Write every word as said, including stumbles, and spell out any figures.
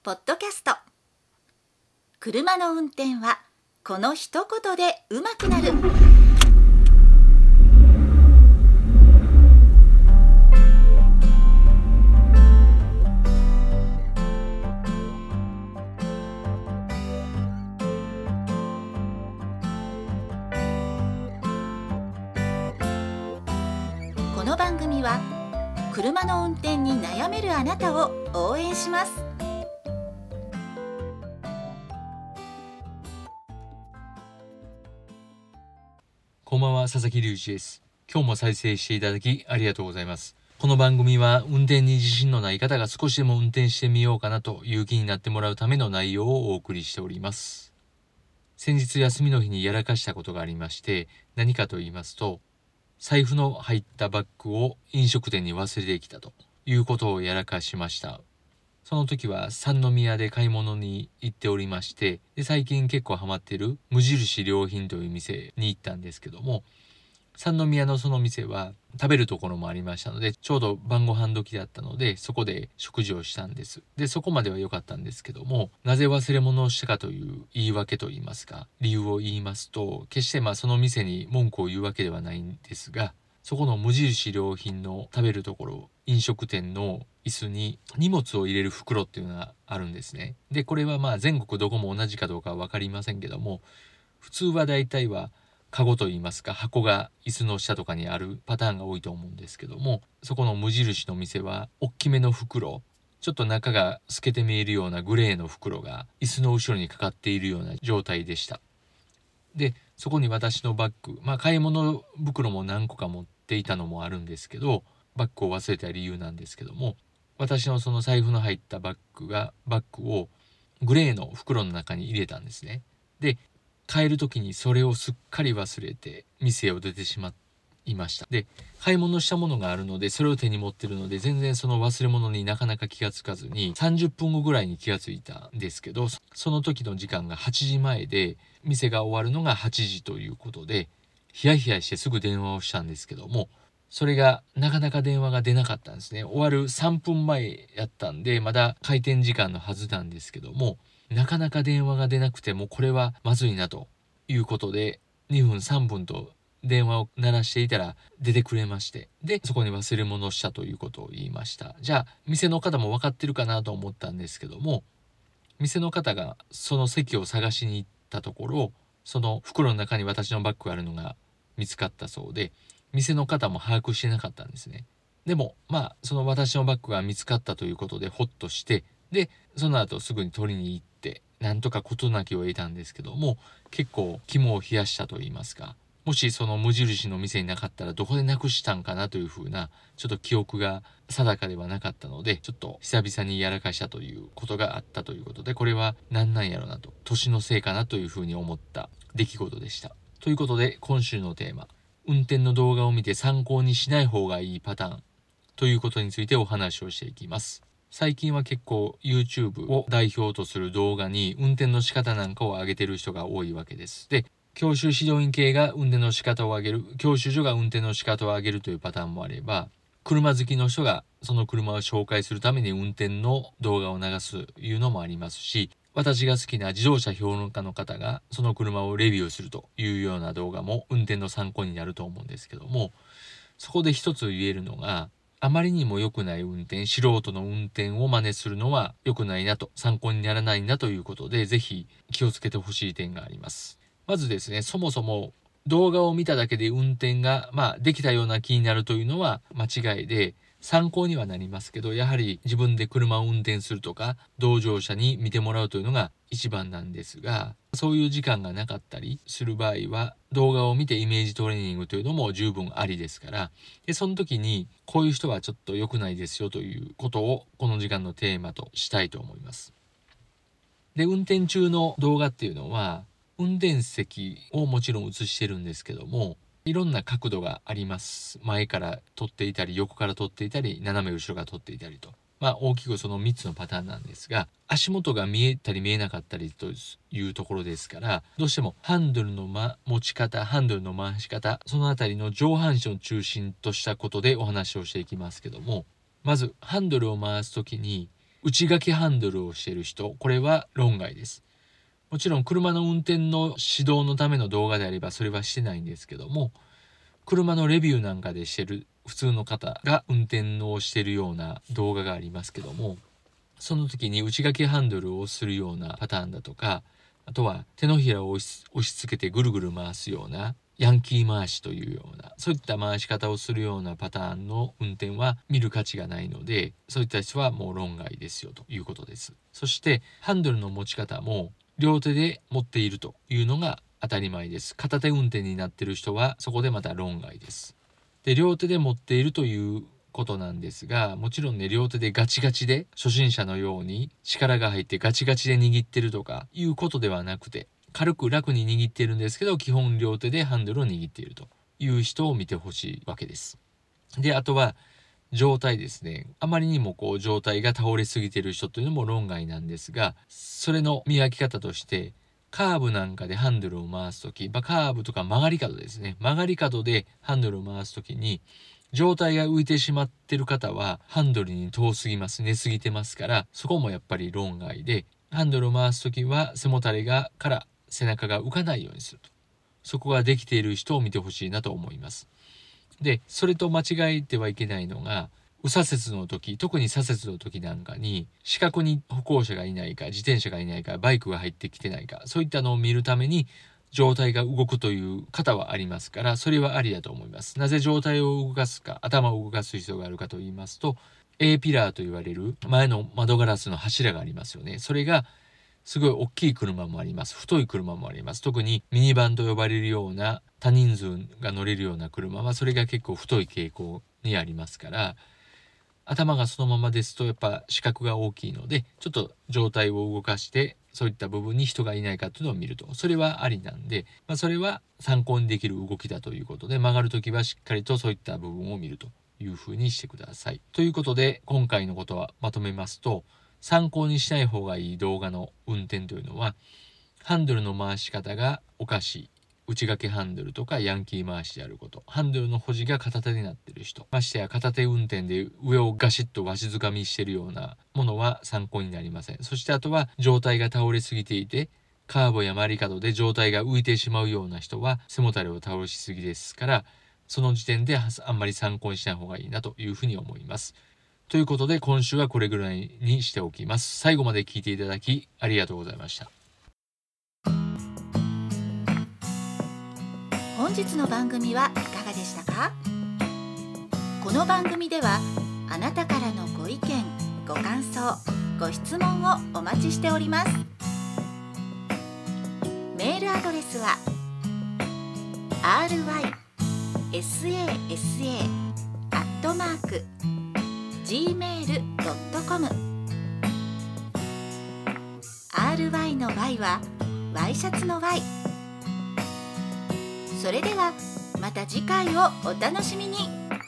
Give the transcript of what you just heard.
ポッドキャスト。車の運転はこの一言で上手くなる。この番組は車の運転に悩めるあなたを応援します。 こんばんは、佐々木隆一です。今日も再生していただきありがとうございます。この番組は運転に自信のない方が少しでも運転してみようかなという気になってもらうための内容をお送りしております。先日休みの日にやらかしたことがありまして、何かと言いますと、財布の入ったバッグを飲食店に忘れてきたということをやらかしました。その時は三宮で買い物に行っておりまして、で最近結構ハマっている無印良品という店に行ったんですけども、三宮のその店は食べるところもありましたので、ちょうど晩ご飯時だったので、そこで食事をしたんです。でそこまでは良かったんですけども、なぜ忘れ物をしたかという言い訳と言いますか、理由を言いますと、決してまあその店に文句を言うわけではないんですが、そこの無印良品の食べるところ、飲食店の椅子に荷物を入れる袋っていうのがあるんですね。でこれはまあ全国どこも同じかどうかは分かりませんけども、普通は大体はカゴといいますか、箱が椅子の下とかにあるパターンが多いと思うんですけども、そこの無印の店は大きめの袋、ちょっと中が透けて見えるようなグレーの袋が椅子の後ろにかかっているような状態でした。でそこに私のバッグ、まあ買い物袋も何個か持っていたのもあるんですけど、バッグを忘れた理由なんですけども、私のその財布の入ったバッグがバッグをグレーの袋の中に入れたんですね。で帰る時にそれをすっかり忘れて店を出てしまいました。で買い物したものがあるので、それを手に持ってるので全然その忘れ物になかなか気がつかずに、さんじゅっぷんごぐらいに気がついたんですけど、その時の時間がはちじまえで、店が終わるのがはちじということで、ヒヤヒヤしてすぐ電話をしたんですけども、それがなかなか電話が出なかったんですね。終わるさんぷんまえやったんで、まだ開店時間のはずなんですけども、なかなか電話が出なくて、もこれはまずいなということで、にふんさんぷんと電話を鳴らしていたら出てくれまして、でそこに忘れ物をしたということを言いました。じゃあ店の方も分かってるかなと思ったんですけども、店の方がその席を探しに行ったところ、その袋の中に私のバッグがあるのが見つかったそうで、店の方も把握してなかったんですね。でもまあその私のバッグが見つかったということでホッとして、でその後すぐに取りに行ってなんとか事なきを得たんですけども、結構肝を冷やしたと言いますか、もしその無印の店になかったらどこでなくしたんかなというふうな、ちょっと記憶が定かではなかったので、ちょっと久々にやらかしたということがあったということで、これは何なんやろなと、年のせいかなというふうに思った出来事でした。ということで今週のテーマ、運転の動画を見て参考にしない方がいいパターンということについてお話をしていきます。最近は結構 YouTube を代表とする動画に運転の仕方なんかを上げてる人が多いわけです。で教習指導員系が運転の仕方を上げる、教習所が運転の仕方を上げるというパターンもあれば、車好きの人がその車を紹介するために運転の動画を流すというのもありますし、私が好きな自動車評論家の方がその車をレビューするというような動画も運転の参考になると思うんですけども、そこで一つ言えるのが、あまりにも良くない運転、素人の運転を真似するのは良くないなと、参考にならないなということで、ぜひ気をつけてほしい点があります。まずですね、そもそも動画を見ただけで運転がまあできたような気になるというのは間違いで、参考にはなりますけど、やはり自分で車を運転するとか同乗者に見てもらうというのが一番なんですが、そういう時間がなかったりする場合は動画を見てイメージトレーニングというのも十分ありですから、でその時にこういう人はちょっと良くないですよということをこの時間のテーマとしたいと思います。で運転中の動画っていうのは運転席をもちろん映してるんですけども、いろんな角度があります。前から撮っていたり、横から撮っていたり、斜め後ろから撮っていたりと、まあ大きくそのみっつのパターンなんですが、足元が見えたり見えなかったりというところですから、どうしてもハンドルの、ま、持ち方、ハンドルの回し方、そのあたりの上半身を中心としたことでお話をしていきますけども、まずハンドルを回すときに内掛けハンドルをしている人、これは論外です。もちろん車の運転の指導のための動画であればそれはしてないんですけども、車のレビューなんかでしてる普通の方が運転をしているような動画がありますけども、その時に内掛けハンドルをするようなパターンだとか、あとは手のひらを押し、押し付けてぐるぐる回すようなヤンキー回しというような、そういった回し方をするようなパターンの運転は見る価値がないので、そういった人はもう論外ですよということです。そしてハンドルの持ち方も両手で持っているというのが当たり前です。片手運転になっている人はそこでまた論外です。で、両手で持っているということなんですが、もちろんね、両手でガチガチで初心者のように力が入ってガチガチで握ってるとかいうことではなくて、軽く楽に握っているんですけど、基本両手でハンドルを握っているという人を見てほしいわけです。で、あとは状態ですね。あまりにもこう状態が倒れすぎている人というのも論外なんですが、それの見分け方として、カーブなんかでハンドルを回すとき、まあ、カーブとか曲がり角ですね。曲がり角でハンドルを回すときに、状態が浮いてしまっている方はハンドルに遠すぎます。寝すぎてますから、そこもやっぱり論外で、ハンドルを回すときは背もたれがから背中が浮かないようにすると。そこができている人を見てほしいなと思います。で、それと間違えてはいけないのが、右左折の時、特に左折の時なんかに、視覚に歩行者がいないか、自転車がいないか、バイクが入ってきてないか、そういったのを見るために、状態が動くという方はありますから、それはありだと思います。なぜ状態を動かすか、頭を動かす必要があるかと言いますと、A ピラーと言われる前の窓ガラスの柱がありますよね。それがすごい大きい車もあります。太い車もあります。特にミニバンと呼ばれるような多人数が乗れるような車はそれが結構太い傾向にありますから、頭がそのままですとやっぱ視覚が大きいので、ちょっと状態を動かしてそういった部分に人がいないかというのを見ると、それはありなんで、まあ、それは参考にできる動きだということで、曲がるときはしっかりとそういった部分を見るというふうにしてください。ということで今回のことはまとめますと、参考にしない方がいい動画の運転というのは、ハンドルの回し方がおかしい、内掛けハンドルとかヤンキー回しであること、ハンドルの保持が片手になっている人、ましてや片手運転で上をガシッとわしづかみしているようなものは参考になりません。そしてあとは状態が倒れすぎていて、カーブや曲がり角で状態が浮いてしまうような人は背もたれを倒しすぎですから、その時点であんまり参考にしない方がいいなというふうに思います。ということで今週はこれぐらいにしておきます。最後まで聞いていただきありがとうございました。 本日の番組はいかがでしたか？この番組ではあなたからのご意見、ご感想、ご質問をお待ちしております。メールアドレスは アールワイササ アットマーク ジーメール ドットコム アールワイ の Y はワイシャツの Y。 それではまた次回をお楽しみに。